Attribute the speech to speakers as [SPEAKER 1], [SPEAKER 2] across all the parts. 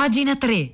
[SPEAKER 1] Pagina 3.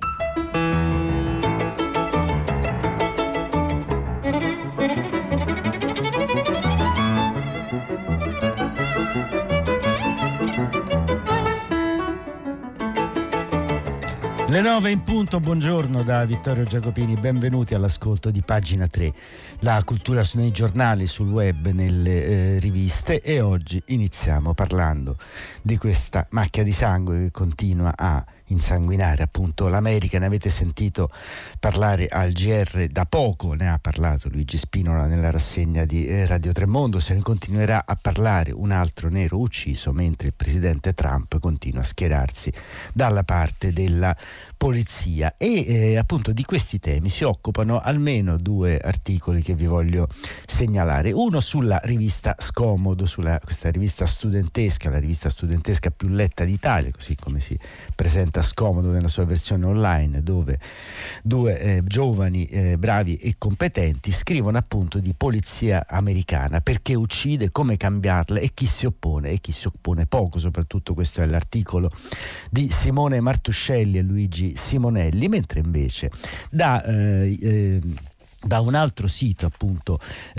[SPEAKER 2] Le 9 in punto, buongiorno da Vittorio Giacopini, benvenuti all'ascolto di Pagina 3, la cultura nei giornali, sul web, nelle riviste, e oggi iniziamo parlando di questa macchia di sangue che continua a insanguinare appunto l'America. Ne avete sentito parlare al GR da poco, ne ha parlato Luigi Spinola nella rassegna di Radio Tremondo, se ne continuerà a parlare. Un altro nero ucciso mentre il presidente Trump continua a schierarsi dalla parte della polizia, e appunto di questi temi si occupano almeno due articoli che vi voglio segnalare. Uno sulla rivista Scomodo, questa rivista studentesca, la rivista studentesca più letta d'Italia, così come si presenta Scomodo nella sua versione online, dove due giovani bravi e competenti scrivono appunto di polizia americana, perché uccide, come cambiarla e chi si oppone poco. Soprattutto questo è l'articolo di Simone Martuscelli e Luigi Simonelli, mentre invece da un altro sito, appunto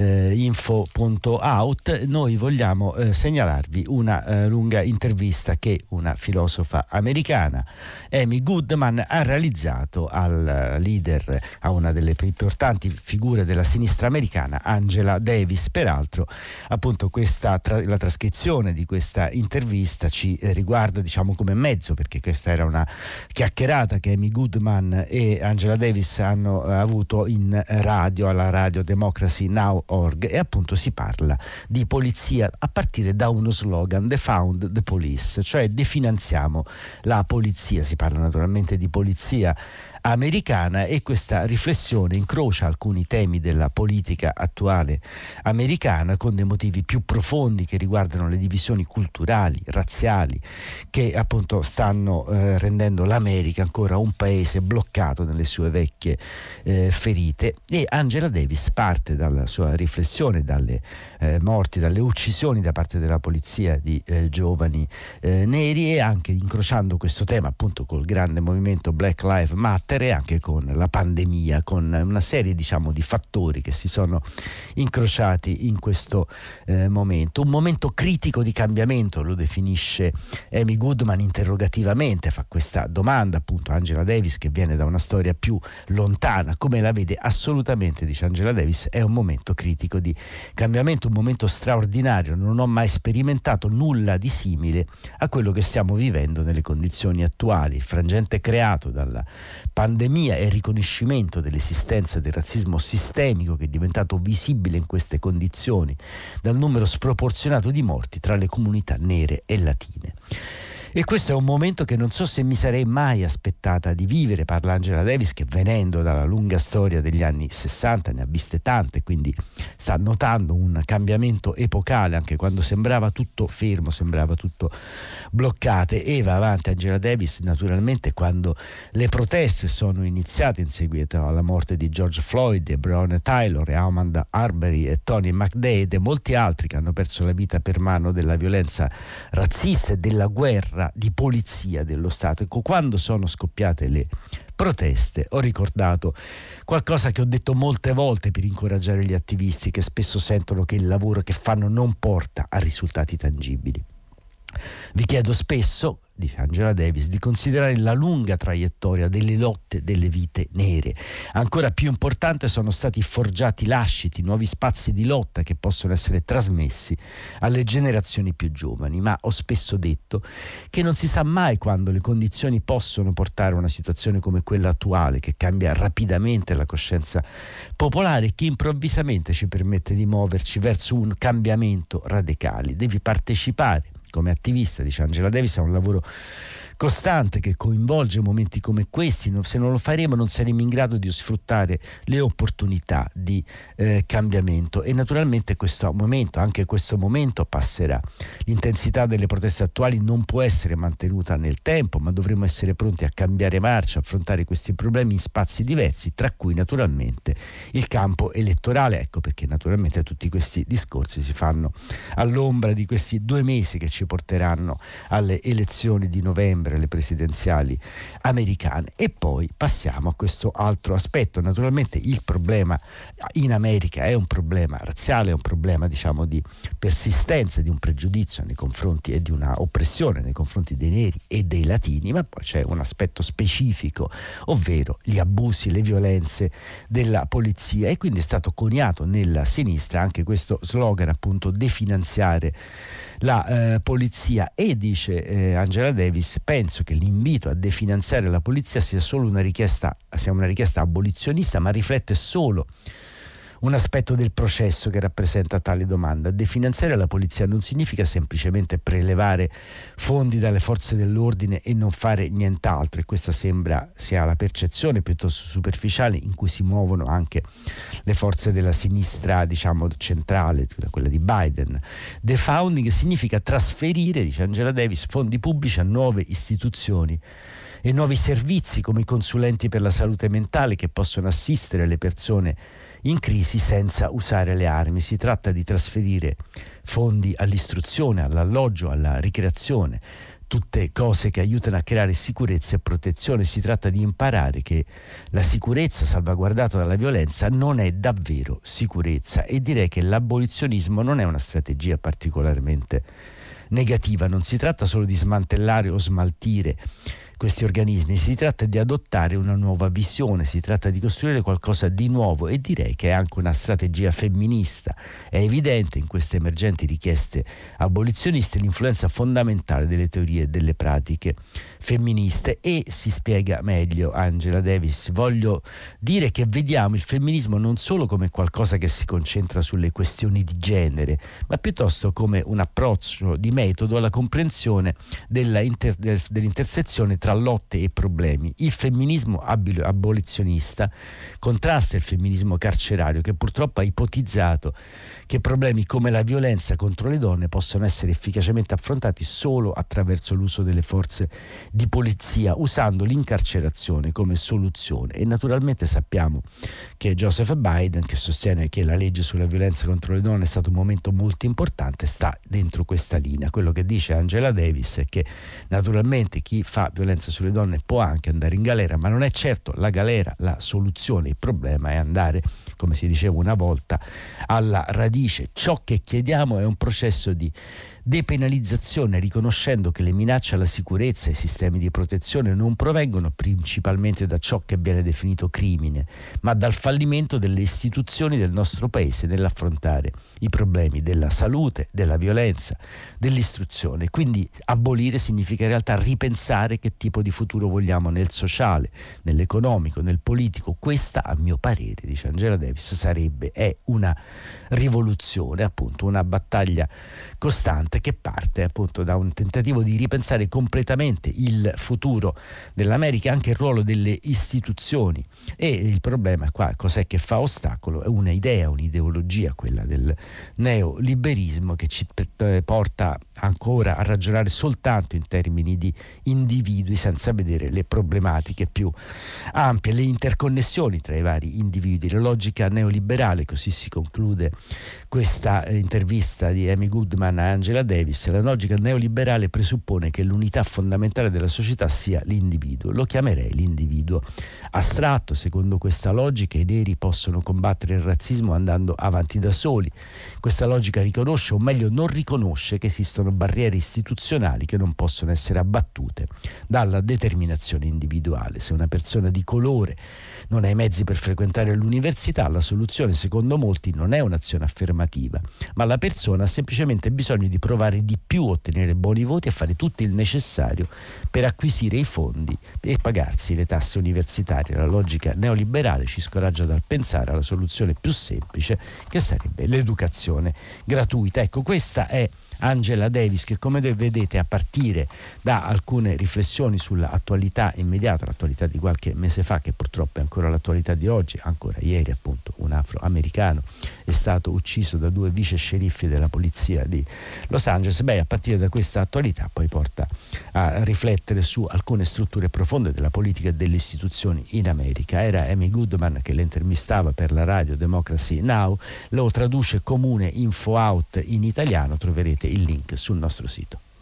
[SPEAKER 2] info.out, noi vogliamo segnalarvi una lunga intervista che una filosofa americana, Amy Goodman, ha realizzato al leader, a una delle più importanti figure della sinistra americana, Angela Davis. Peraltro appunto la trascrizione di questa intervista ci riguarda, diciamo, come mezzo, perché questa era una chiacchierata che Amy Goodman e Angela Davis hanno avuto in radio, alla radio Democracy Now.org, e appunto si parla di polizia a partire da uno slogan: Defund the Police, cioè definanziamo la polizia. Si parla naturalmente di polizia americana, e questa riflessione incrocia alcuni temi della politica attuale americana con dei motivi più profondi che riguardano le divisioni culturali, razziali, che appunto stanno rendendo l'America ancora un paese bloccato nelle sue vecchie ferite. E Angela Davis parte dalla sua riflessione, dalle morti, dalle uccisioni da parte della polizia di giovani neri, e anche incrociando questo tema appunto col grande movimento Black Lives Matter e anche con la pandemia, con una serie, diciamo, di fattori che si sono incrociati in questo momento. Un momento critico di cambiamento, lo definisce Amy Goodman interrogativamente, fa questa domanda appunto a Angela Davis, che viene da una storia più lontana. Come la vede? Assolutamente, dice Angela Davis, è un momento critico di cambiamento, un momento straordinario. Non ho mai sperimentato nulla di simile a quello che stiamo vivendo nelle condizioni attuali. Il frangente creato dalla pandemia e il riconoscimento dell'esistenza del razzismo sistemico, che è diventato visibile in queste condizioni dal numero sproporzionato di morti tra le comunità nere e latine. E questo è un momento che non so se mi sarei mai aspettata di vivere, parla Angela Davis, che venendo dalla lunga storia degli anni 60 ne ha viste tante, quindi sta notando un cambiamento epocale anche quando sembrava tutto fermo, sembrava tutto bloccato. E va avanti Angela Davis, naturalmente, quando le proteste sono iniziate in seguito alla morte di George Floyd, e Breonna Taylor, e Ahmaud Arbery e Tony McDade e molti altri che hanno perso la vita per mano della violenza razzista e della guerra di polizia dello Stato. Ecco, quando sono scoppiate le proteste ho ricordato qualcosa che ho detto molte volte per incoraggiare gli attivisti, che spesso sentono che il lavoro che fanno non porta a risultati tangibili. Vi chiedo spesso, dice Angela Davis, di considerare la lunga traiettoria delle lotte delle vite nere. Ancora più importante, sono stati forgiati lasciti, nuovi spazi di lotta che possono essere trasmessi alle generazioni più giovani. Ma ho spesso detto che non si sa mai quando le condizioni possono portare a una situazione come quella attuale, che cambia rapidamente la coscienza popolare e che improvvisamente ci permette di muoverci verso un cambiamento radicale. Devi partecipare come attivista, dice Angela Davis, a un lavoro costante che coinvolge momenti come questi. Se non lo faremo non saremo in grado di sfruttare le opportunità di cambiamento, e naturalmente anche questo momento passerà. L'intensità delle proteste attuali non può essere mantenuta nel tempo, ma dovremo essere pronti a cambiare marcia, affrontare questi problemi in spazi diversi, tra cui naturalmente il campo elettorale. Ecco perché naturalmente tutti questi discorsi si fanno all'ombra di questi 2 mesi che ci ci porteranno alle elezioni di novembre, alle presidenziali americane. E poi passiamo a questo altro aspetto. Naturalmente il problema in America è un problema razziale, è un problema, diciamo, di persistenza, di un pregiudizio nei confronti e di una oppressione nei confronti dei neri e dei latini, ma poi c'è un aspetto specifico, ovvero gli abusi, le violenze della polizia, e quindi è stato coniato nella sinistra anche questo slogan, appunto, definanziare la polizia. E dice Angela Davis: penso che l'invito a definanziare la polizia sia solo una richiesta abolizionista, ma riflette solo un aspetto del processo che rappresenta tale domanda. Definanziare la polizia non significa semplicemente prelevare fondi dalle forze dell'ordine e non fare nient'altro, e questa sembra sia la percezione piuttosto superficiale in cui si muovono anche le forze della sinistra, diciamo, centrale, quella di Biden. Defounding significa trasferire, dice Angela Davis, fondi pubblici a nuove istituzioni e nuovi servizi come i consulenti per la salute mentale, che possono assistere le persone in crisi senza usare le armi. Si tratta di trasferire fondi all'istruzione, all'alloggio, alla ricreazione, tutte cose che aiutano a creare sicurezza e protezione. Si tratta di imparare che la sicurezza salvaguardata dalla violenza non è davvero sicurezza, e direi che l'abolizionismo non è una strategia particolarmente negativa. Non si tratta solo di smantellare o smaltire questi organismi, si tratta di adottare una nuova visione, si tratta di costruire qualcosa di nuovo, e direi che è anche una strategia femminista. È evidente in queste emergenti richieste abolizioniste l'influenza fondamentale delle teorie e delle pratiche femministe, e si spiega meglio Angela Davis: voglio dire che vediamo il femminismo non solo come qualcosa che si concentra sulle questioni di genere, ma piuttosto come un approccio di metodo alla comprensione dell'intersezione tra lotte e problemi. Il femminismo abolizionista contrasta il femminismo carcerario, che purtroppo ha ipotizzato che problemi come la violenza contro le donne possono essere efficacemente affrontati solo attraverso l'uso delle forze di polizia, usando l'incarcerazione come soluzione. E naturalmente sappiamo che Joseph Biden, che sostiene che la legge sulla violenza contro le donne è stato un momento molto importante, sta dentro questa linea. Quello che dice Angela Davis è che naturalmente chi fa violenza sulle donne può anche andare in galera, ma non è certo la galera la soluzione. Il problema è andare, come si diceva una volta, alla radice. Ciò che chiediamo è un processo di depenalizzazione, riconoscendo che le minacce alla sicurezza e ai sistemi di protezione non provengono principalmente da ciò che viene definito crimine, ma dal fallimento delle istituzioni del nostro paese nell'affrontare i problemi della salute, della violenza, dell'istruzione. Quindi abolire significa in realtà ripensare che tipo di futuro vogliamo nel sociale, nell'economico, nel politico. Questa, a mio parere, dice Angela Davis, è una rivoluzione, appunto una battaglia costante che parte appunto da un tentativo di ripensare completamente il futuro dell'America, anche il ruolo delle istituzioni. E il problema qua cos'è che fa ostacolo? È un'ideologia, quella del neoliberismo, che ci porta ancora a ragionare soltanto in termini di individui, senza vedere le problematiche più ampie, le interconnessioni tra i vari individui. La logica neoliberale, così si conclude questa intervista di Amy Goodman a Angela Davis, la logica neoliberale presuppone che l'unità fondamentale della società sia l'individuo. Lo chiamerei l'individuo astratto. Secondo questa logica i neri possono combattere il razzismo andando avanti da soli. Questa logica riconosce, o meglio non riconosce, che esistono barriere istituzionali che non possono essere abbattute dalla determinazione individuale. Se una persona di colore non ha i mezzi per frequentare l'università, la soluzione, secondo molti, non è un'azione affermativa, ma la persona ha semplicemente bisogno di provare di più, ottenere buoni voti e fare tutto il necessario per acquisire i fondi e pagarsi le tasse universitarie. La logica neoliberale ci scoraggia dal pensare alla soluzione più semplice, che sarebbe l'educazione gratuita. Ecco, questa è Angela Davis, che come vedete, a partire da alcune riflessioni sull'attualità immediata, l'attualità di qualche mese fa, che purtroppo è ancora l'attualità di oggi, ancora ieri appunto un afroamericano è stato ucciso da 2 vice sceriffi della polizia di Los Angeles. A partire da questa attualità poi porta a riflettere su alcune strutture profonde della politica e delle istituzioni in America. Era Amy Goodman che le intervistava per la radio Democracy Now!, lo traduce Comune Info Out in italiano, troverete il link sul nostro sito.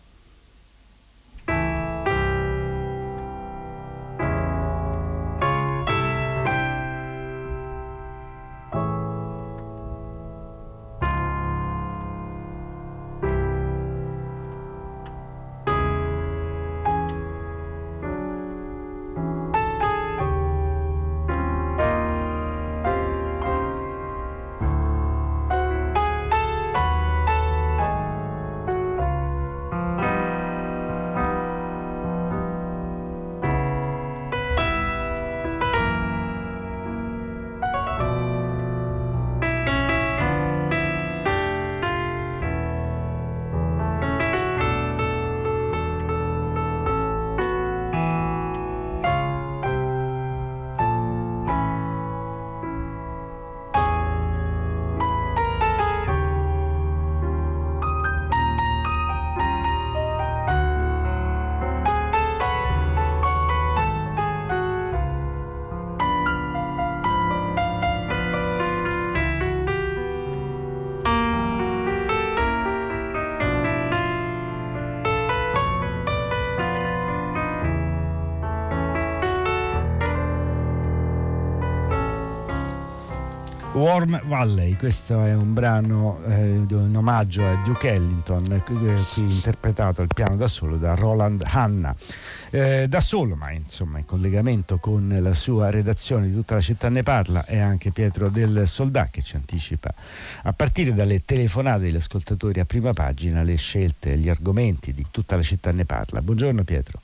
[SPEAKER 2] Warm Valley, questo è un brano in omaggio a Duke Ellington, qui interpretato al piano da solo da Roland Hanna, da solo, ma insomma in collegamento con la sua redazione di Tutta la città ne parla, e anche Pietro del Soldà, che ci anticipa a partire dalle telefonate degli ascoltatori a prima pagina le scelte, gli argomenti di Tutta la città ne parla. Buongiorno Pietro.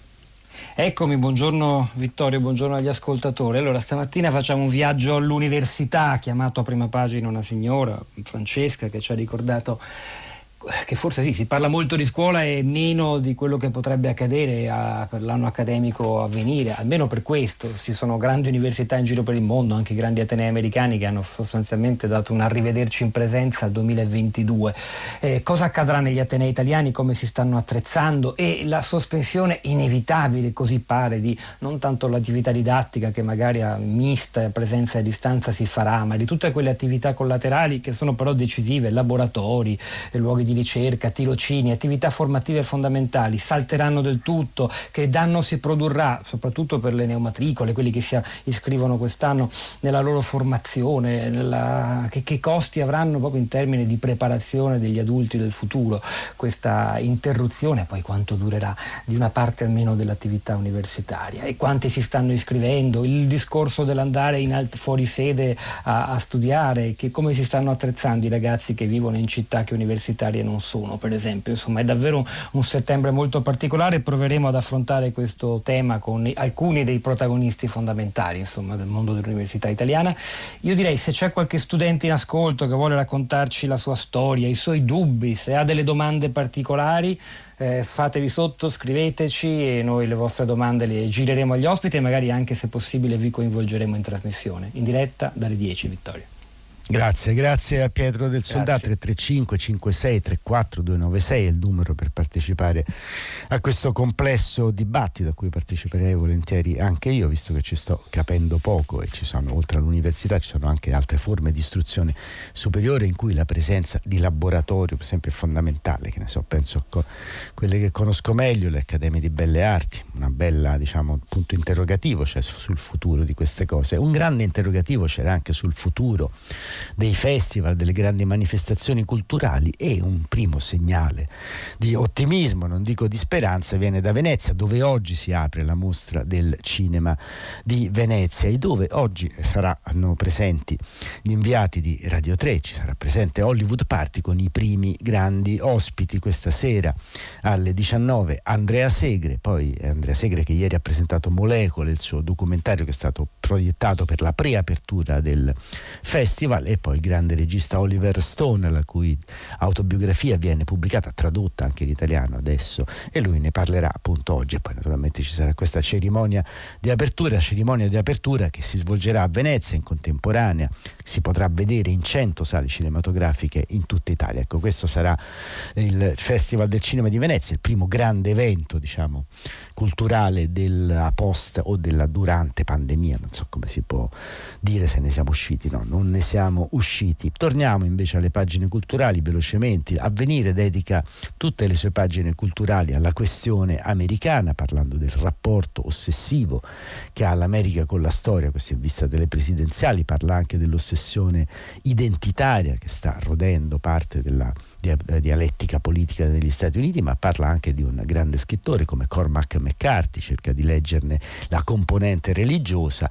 [SPEAKER 1] Eccomi, buongiorno Vittorio, buongiorno agli ascoltatori. Allora, stamattina facciamo un viaggio all'università, ha chiamato a prima pagina una signora, Francesca, che ci ha ricordato che forse sì, si parla molto di scuola e meno di quello che potrebbe accadere per l'anno accademico a venire, almeno per questo. Ci sono grandi università in giro per il mondo, anche grandi atenei americani, che hanno sostanzialmente dato un arrivederci in presenza al 2022. Cosa accadrà negli atenei italiani, come si stanno attrezzando, e la sospensione inevitabile, così pare, di non tanto l'attività didattica, che magari a mista, presenza e a distanza si farà, ma di tutte quelle attività collaterali che sono però decisive, laboratori, luoghi di ricerca, tirocini, attività formative fondamentali, salteranno del tutto. Che danno si produrrà soprattutto per le neomatricole, quelli che si iscrivono quest'anno, nella loro formazione, che costi avranno proprio in termini di preparazione degli adulti del futuro questa interruzione, poi quanto durerà, di una parte almeno dell'attività universitaria, e quanti si stanno iscrivendo, il discorso dell'andare fuori sede a studiare, come si stanno attrezzando i ragazzi che vivono in città che universitarie non sono, per esempio. Insomma, è davvero un settembre molto particolare. Proveremo ad affrontare questo tema con alcuni dei protagonisti fondamentali, insomma, del mondo dell'università italiana. Io direi, se c'è qualche studente in ascolto che vuole raccontarci la sua storia, i suoi dubbi, se ha delle domande particolari, fatevi sotto, scriveteci, e noi le vostre domande le gireremo agli ospiti e magari anche, se possibile, vi coinvolgeremo in trasmissione in diretta dalle 10. Vittorio.
[SPEAKER 2] Grazie a Pietro del Soldà. 335 56 34 296 è il numero per partecipare a questo complesso dibattito, a cui parteciperei volentieri anche io, visto che ci sto capendo poco, e ci sono, oltre all'università, ci sono anche altre forme di istruzione superiore in cui la presenza di laboratorio, per esempio, è fondamentale. Che ne so, penso a quelle che conosco meglio, le Accademie di Belle Arti, una bella, punto interrogativo c'è sul futuro di queste cose. Un grande interrogativo c'era anche sul futuro dei festival, delle grandi manifestazioni culturali, e un primo segnale di ottimismo, non dico di speranza, viene da Venezia, dove oggi si apre la mostra del cinema di Venezia, e dove oggi saranno presenti gli inviati di Radio 3, ci sarà presente Hollywood Party con i primi grandi ospiti questa sera alle 19, Andrea Segre che ieri ha presentato Molecole, il suo documentario che è stato proiettato per la preapertura del festival, e poi il grande regista Oliver Stone, la cui autobiografia viene pubblicata, tradotta anche in italiano adesso, e lui ne parlerà appunto oggi. E poi naturalmente ci sarà questa cerimonia di apertura che si svolgerà a Venezia in contemporanea, si potrà vedere in 100 sale cinematografiche in tutta Italia. Ecco, questo sarà il Festival del Cinema di Venezia, il primo grande evento, culturale della post o della durante pandemia, non so come si può dire, se ne siamo usciti. No, non ne siamo usciti. Torniamo invece alle pagine culturali velocemente. Avvenire dedica tutte le sue pagine culturali alla questione americana, parlando del rapporto ossessivo che ha l'America con la storia. Questo in vista delle presidenziali. Parla anche dell'ossessione identitaria che sta rodendo parte della dialettica politica degli Stati Uniti, ma parla anche di un grande scrittore come Cormac McCarthy, cerca di leggerne la componente religiosa,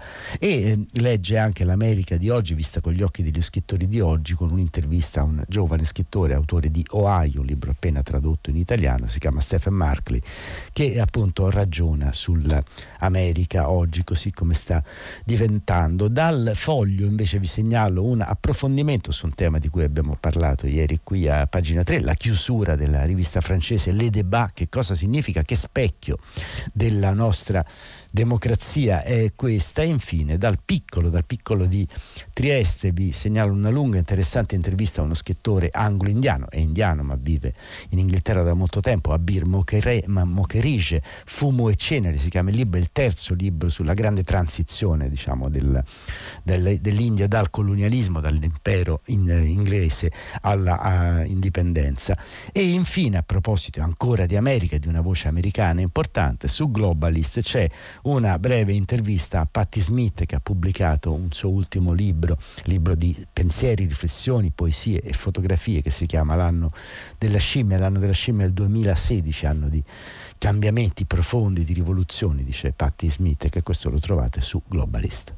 [SPEAKER 2] e legge anche l'America di oggi vista con gli occhi degli scrittori di oggi, con un'intervista a un giovane scrittore, autore di Ohio, un libro appena tradotto in italiano, si chiama Stephen Markley, che appunto ragiona sull'America oggi così come sta diventando. Dal Foglio invece vi segnalo un approfondimento su un tema di cui abbiamo parlato ieri qui a pagina 3, la chiusura della rivista francese Le Débat. Che cosa significa? Che specchio della nostra democrazia è questa? E infine dal piccolo di Trieste vi segnalo una lunga e interessante intervista a uno scrittore anglo-indiano, è indiano ma vive in Inghilterra da molto tempo, Abir Mokherije. Fumo e cenere si chiama il libro, il terzo libro sulla grande transizione dell'India dal colonialismo, dall'impero inglese alla indipendenza. E infine, a proposito ancora di America e di una voce americana importante, su Globalist c'è una breve intervista a Patti Smith, che ha pubblicato un suo ultimo libro di pensieri, riflessioni, poesie e fotografie, che si chiama L'anno della scimmia. L'anno della scimmia è il 2016, anno di cambiamenti profondi, di rivoluzioni, dice Patti Smith, che questo lo trovate su Globalist.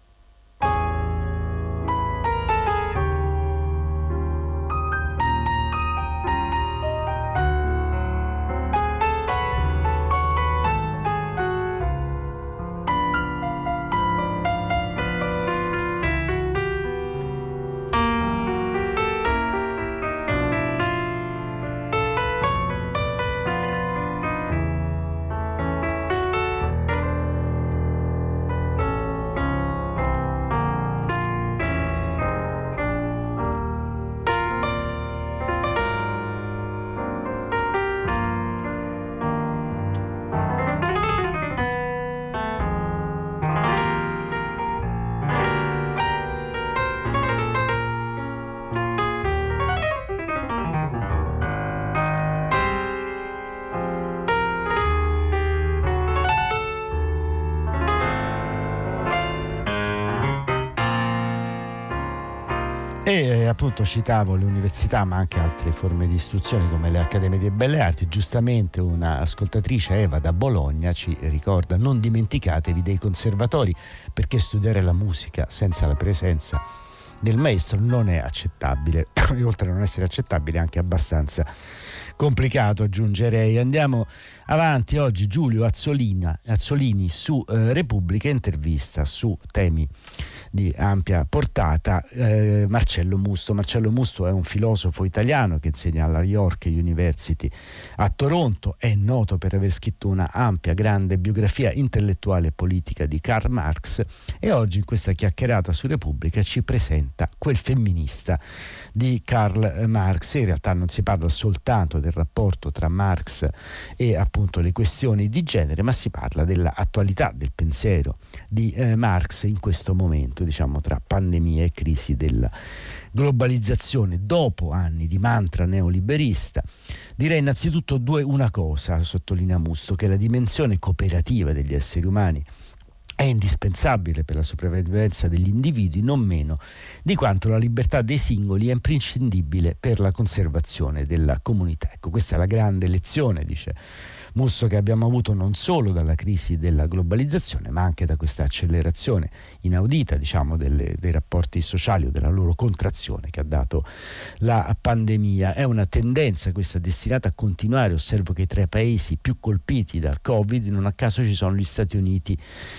[SPEAKER 2] E appunto citavo le università, ma anche altre forme di istruzione come le Accademie di Belle Arti. Giustamente una ascoltatrice, Eva da Bologna, ci ricorda: non dimenticatevi dei conservatori, perché studiare la musica senza la presenza del maestro non è accettabile, e oltre a non essere accettabile è anche abbastanza complicato, aggiungerei. Andiamo avanti. Oggi Giulio Azzolini su Repubblica intervista su temi di ampia portata Marcello Musto. Marcello Musto è un filosofo italiano che insegna alla York University a Toronto, è noto per aver scritto una ampia, grande biografia intellettuale e politica di Karl Marx, e oggi in questa chiacchierata su Repubblica ci presenta quel femminista di Karl Marx. In realtà non si parla soltanto del rapporto tra Marx e appunto le questioni di genere, ma si parla dell'attualità del pensiero di Marx in questo momento, diciamo, tra pandemia e crisi della globalizzazione. Dopo anni di mantra neoliberista, direi innanzitutto una cosa, sottolinea Musto, che la dimensione cooperativa degli esseri umani è indispensabile per la sopravvivenza degli individui, non meno di quanto la libertà dei singoli è imprescindibile per la conservazione della comunità. Ecco, questa è la grande lezione, dice Musto, che abbiamo avuto non solo dalla crisi della globalizzazione, ma anche da questa accelerazione inaudita, diciamo, dei rapporti sociali o della loro contrazione che ha dato la pandemia. È una tendenza questa destinata a continuare. Osservo che tra i paesi più colpiti dal Covid non a caso ci sono gli Stati Uniti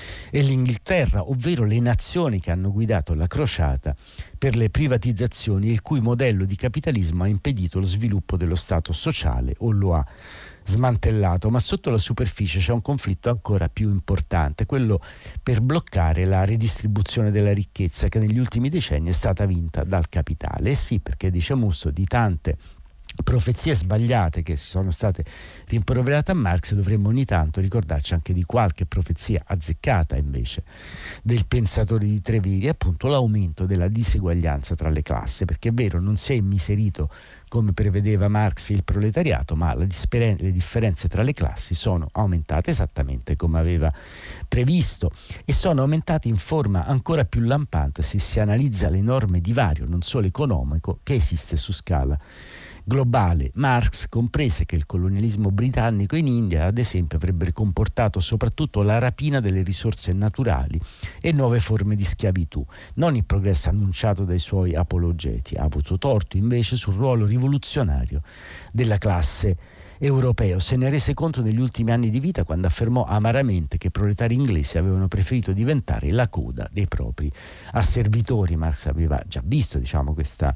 [SPEAKER 2] e l'Inghilterra, ovvero le nazioni che hanno guidato la crociata per le privatizzazioni, il cui modello di capitalismo ha impedito lo sviluppo dello Stato sociale o lo ha smantellato. Ma sotto la superficie c'è un conflitto ancora più importante, quello per bloccare la redistribuzione della ricchezza, che negli ultimi decenni è stata vinta dal capitale. E sì, perché, dice Musto, di tante profezie sbagliate che si sono state rimproverate a Marx, dovremmo ogni tanto ricordarci anche di qualche profezia azzeccata invece del pensatore di Treviri, appunto l'aumento della diseguaglianza tra le classi, perché è vero, non si è immiserito come prevedeva Marx il proletariato, ma le differenze tra le classi sono aumentate esattamente come aveva previsto, e sono aumentate in forma ancora più lampante se si analizza l'enorme divario, non solo economico, che esiste su scala globale. Marx comprese che il colonialismo britannico in India, ad esempio, avrebbe comportato soprattutto la rapina delle risorse naturali e nuove forme di schiavitù, non il progresso annunciato dai suoi apologeti. Ha avuto torto invece sul ruolo rivoluzionario della classe europea. Se ne rese conto negli ultimi anni di vita quando affermò amaramente che i proletari inglesi avevano preferito diventare la coda dei propri asservitori. Marx aveva già visto, diciamo, questa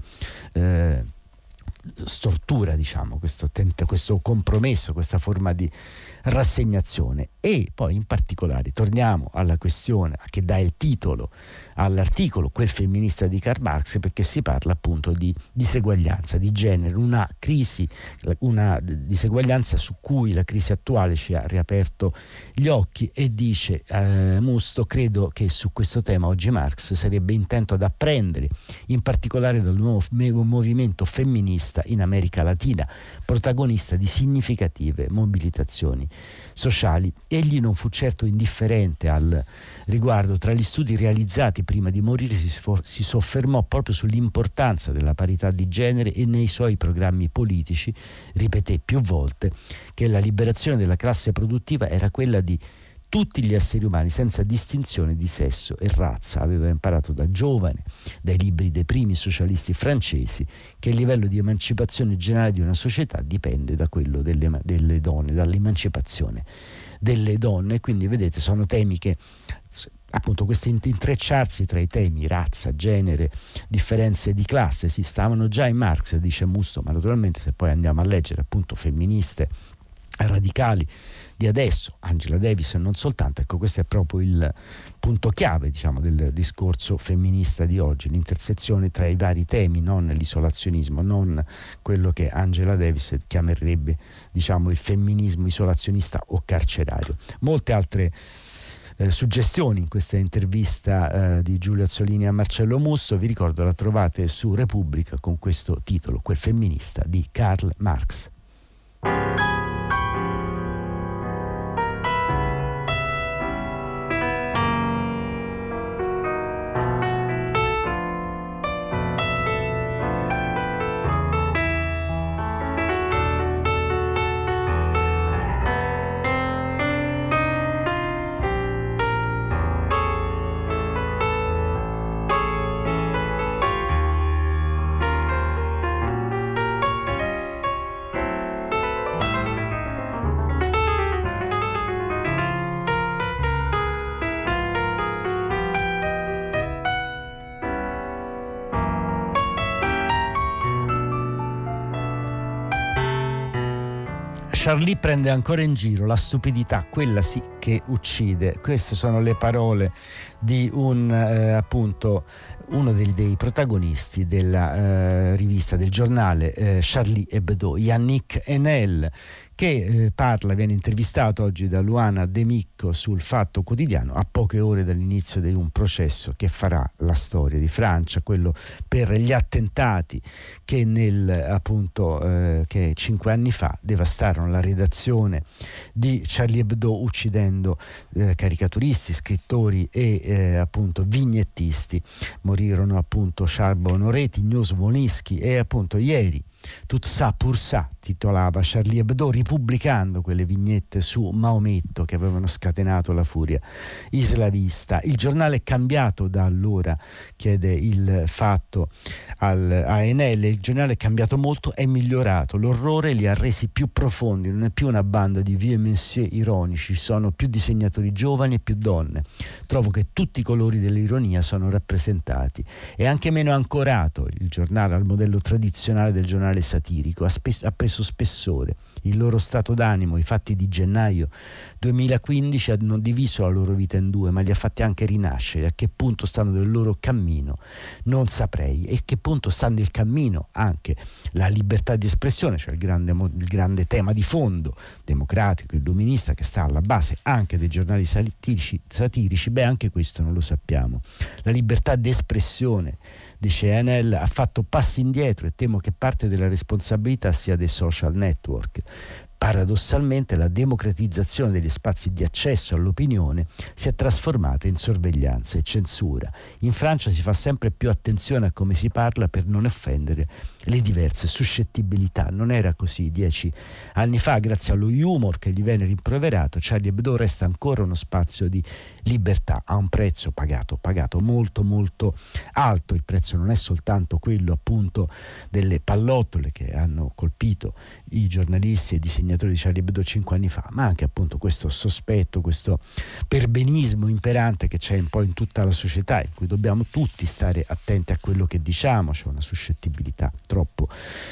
[SPEAKER 2] stortura, diciamo, questo compromesso, questa forma di rassegnazione. E poi in particolare torniamo alla questione che dà il titolo all'articolo, quel femminista di Karl Marx, perché si parla appunto di diseguaglianza di genere, una diseguaglianza su cui la crisi attuale ci ha riaperto gli occhi. E dice Musto: credo che su questo tema oggi Marx sarebbe intento ad apprendere, in particolare dal nuovo movimento femminista, socialista in America Latina, protagonista di significative mobilitazioni sociali. Egli non fu certo indifferente al riguardo. Tra gli studi realizzati prima di morire si soffermò proprio sull'importanza della parità di genere e nei suoi programmi politici ripeté più volte che la liberazione della classe produttiva era quella di tutti gli esseri umani senza distinzione di sesso e razza. Aveva imparato da giovane, dai libri dei primi socialisti francesi, che il livello di emancipazione generale di una società dipende da quello delle donne, dall'emancipazione delle donne. Quindi vedete, sono temi che, appunto, questi intrecciarsi tra i temi razza, genere, differenze di classe si stavano già in Marx, dice Musto, ma naturalmente se poi andiamo a leggere appunto femministe radicali di adesso, Angela Davis e non soltanto, ecco, questo è proprio il punto chiave, diciamo, del discorso femminista di oggi, l'intersezione tra i vari temi, non l'isolazionismo, non quello che Angela Davis chiamerebbe, diciamo, il femminismo isolazionista o carcerario. Molte altre suggestioni in questa intervista di Giulio Azzolini a Marcello Musto, vi ricordo, la trovate su Repubblica con questo titolo, Quel femminista di Karl Marx. Charlie prende ancora in giro la stupidità, quella sì che uccide. Queste sono le parole di appunto uno dei protagonisti della rivista, del giornale Charlie Hebdo, Yannick Enel, che viene intervistato oggi da Luana De Micco sul Fatto Quotidiano a poche ore dall'inizio di un processo che farà la storia di Francia, quello per gli attentati che che 5 anni fa devastarono la redazione di Charlie Hebdo, uccidendo caricaturisti, scrittori e appunto vignettisti. Morirono appunto Charles Honoré, Tignos Wolinski e appunto ieri Tout ça pour ça titolava Charlie Hebdo, ripubblicando quelle vignette su Maometto che avevano scatenato la furia islamista. Il giornale è cambiato da allora, chiede il Fatto a Enel. Il giornale è cambiato molto, è migliorato, l'orrore li ha resi più profondi, non è più una banda di vieux monsieur ironici, ci sono più disegnatori giovani e più donne. Trovo che tutti i colori dell'ironia sono rappresentati. È anche meno ancorato il giornale al modello tradizionale del giornale satirico, ha preso spessore. Il loro stato d'animo, i fatti di gennaio 2015 hanno diviso la loro vita in due, ma li ha fatti anche rinascere. A che punto stanno del loro cammino non saprei, e a che punto sta nel cammino anche la libertà di espressione, cioè il grande tema di fondo democratico, illuminista, che sta alla base anche dei giornali satirici. Beh, anche questo non lo sappiamo. La libertà di espressione, dice Enel, ha fatto passi indietro e temo che parte della responsabilità sia dei social network. Paradossalmente la democratizzazione degli spazi di accesso all'opinione si è trasformata in sorveglianza e censura. In Francia si fa sempre più attenzione a come si parla per non offendere le diverse suscettibilità. Non era così 10 anni fa, grazie allo humor che gli venne rimproverato. Charlie Hebdo resta ancora uno spazio di libertà a un prezzo pagato molto molto alto. Il prezzo non è soltanto quello appunto delle pallottole che hanno colpito i giornalisti e i disegnatori di Charlie Hebdo 5 anni fa, ma anche appunto questo sospetto, questo perbenismo imperante che c'è un po' in tutta la società, in cui dobbiamo tutti stare attenti a quello che diciamo. C'è una suscettibilità troppo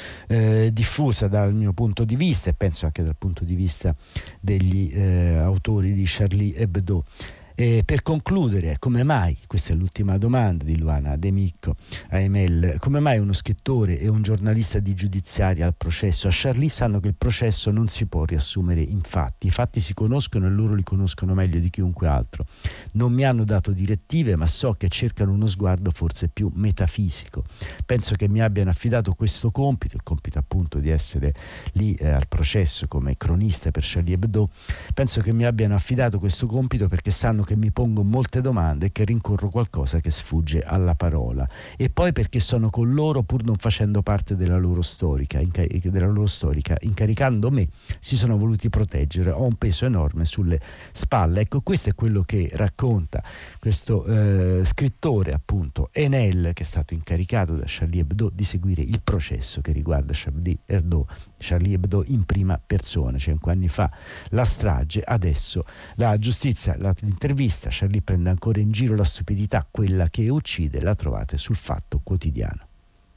[SPEAKER 2] diffusa dal mio punto di vista, e penso anche dal punto di vista degli autori di Charlie Hebdo. E per concludere, come mai, questa è l'ultima domanda di Luana D'Amico a Emel, come mai uno scrittore e un giornalista di giudiziaria al processo? A Charlie sanno che il processo non si può riassumere in fatti, i fatti si conoscono e loro li conoscono meglio di chiunque altro. Non mi hanno dato direttive, ma so che cercano uno sguardo forse più metafisico. Penso che mi abbiano affidato questo compito, il compito appunto di essere lì al processo come cronista per Charlie Hebdo. Penso che mi abbiano affidato questo compito perché sanno che mi pongo molte domande e che rincorro qualcosa che sfugge alla parola, e poi perché sono con loro pur non facendo parte della loro storica, incaricando me si sono voluti proteggere, ho un peso enorme sulle spalle. Ecco, questo è quello che racconta questo scrittore appunto Enel, che è stato incaricato da Charlie Hebdo di seguire il processo che riguarda Charlie Hebdo in prima persona. 5 anni fa la strage, adesso la giustizia, l'intervista, Charlie prende ancora in giro la stupidità, quella che uccide, la trovate sul Fatto Quotidiano.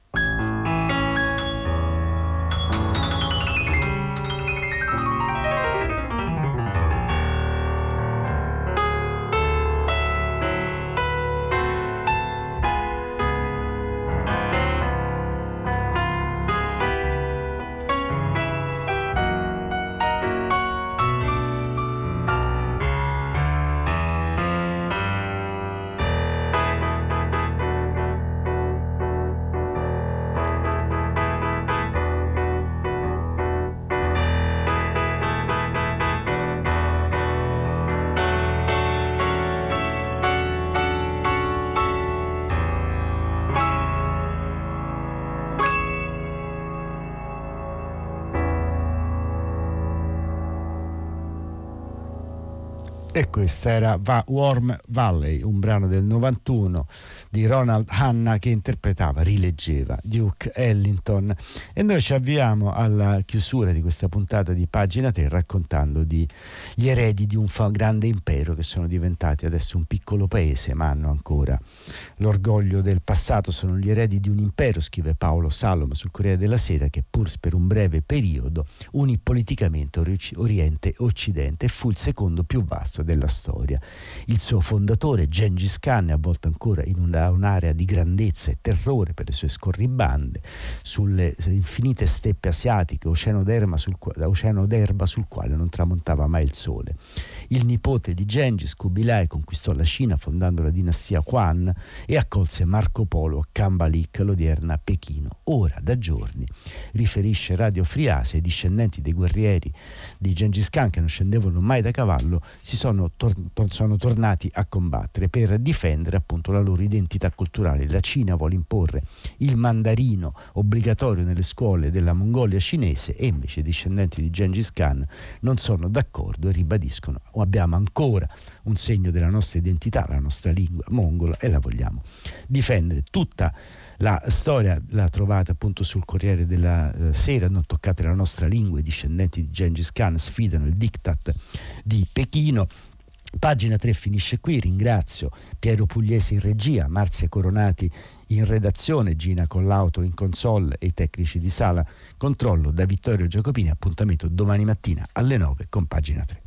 [SPEAKER 2] E questa era Warm Valley, un brano del 91 di Ronald Hanna che interpretava, rileggeva Duke Ellington. E noi ci avviamo alla chiusura di questa puntata di Pagina 3 raccontando di gli eredi di un grande impero che sono diventati adesso un piccolo paese, ma hanno ancora l'orgoglio del passato. Sono gli eredi di un impero, scrive Paolo Salom sul Corriere della Sera, che pur per un breve periodo unì politicamente Oriente e Occidente e fu il secondo più vasto della storia. Il suo fondatore Gengis Khan è avvolto ancora in un'area di grandezza e terrore per le sue scorribande sulle infinite steppe asiatiche, oceano d'erba sul quale non tramontava mai il sole. Il nipote di Gengis, Kubilai, conquistò la Cina fondando la dinastia Yuan e accolse Marco Polo a Kambalik, l'odierna Pechino. Ora, da giorni, riferisce Radio Free Asia, i discendenti dei guerrieri di Gengis Khan, che non scendevano mai da cavallo, sono tornati a combattere per difendere appunto la loro identità culturale. La Cina vuole imporre il mandarino obbligatorio nelle scuole della Mongolia cinese e invece i discendenti di Gengis Khan non sono d'accordo e ribadiscono: abbiamo ancora un segno della nostra identità, la nostra lingua mongola, e la vogliamo difendere. Tutta la storia la trovate appunto sul Corriere della Sera. Non toccate la nostra lingua, i discendenti di Gengis Khan sfidano il diktat di Pechino. Pagina 3 finisce qui. Ringrazio Piero Pugliese in regia, Marzia Coronati in redazione, Gina Collauto in console e i tecnici di sala controllo da Vittorio Giacopini. Appuntamento domani mattina alle 9 con Pagina 3.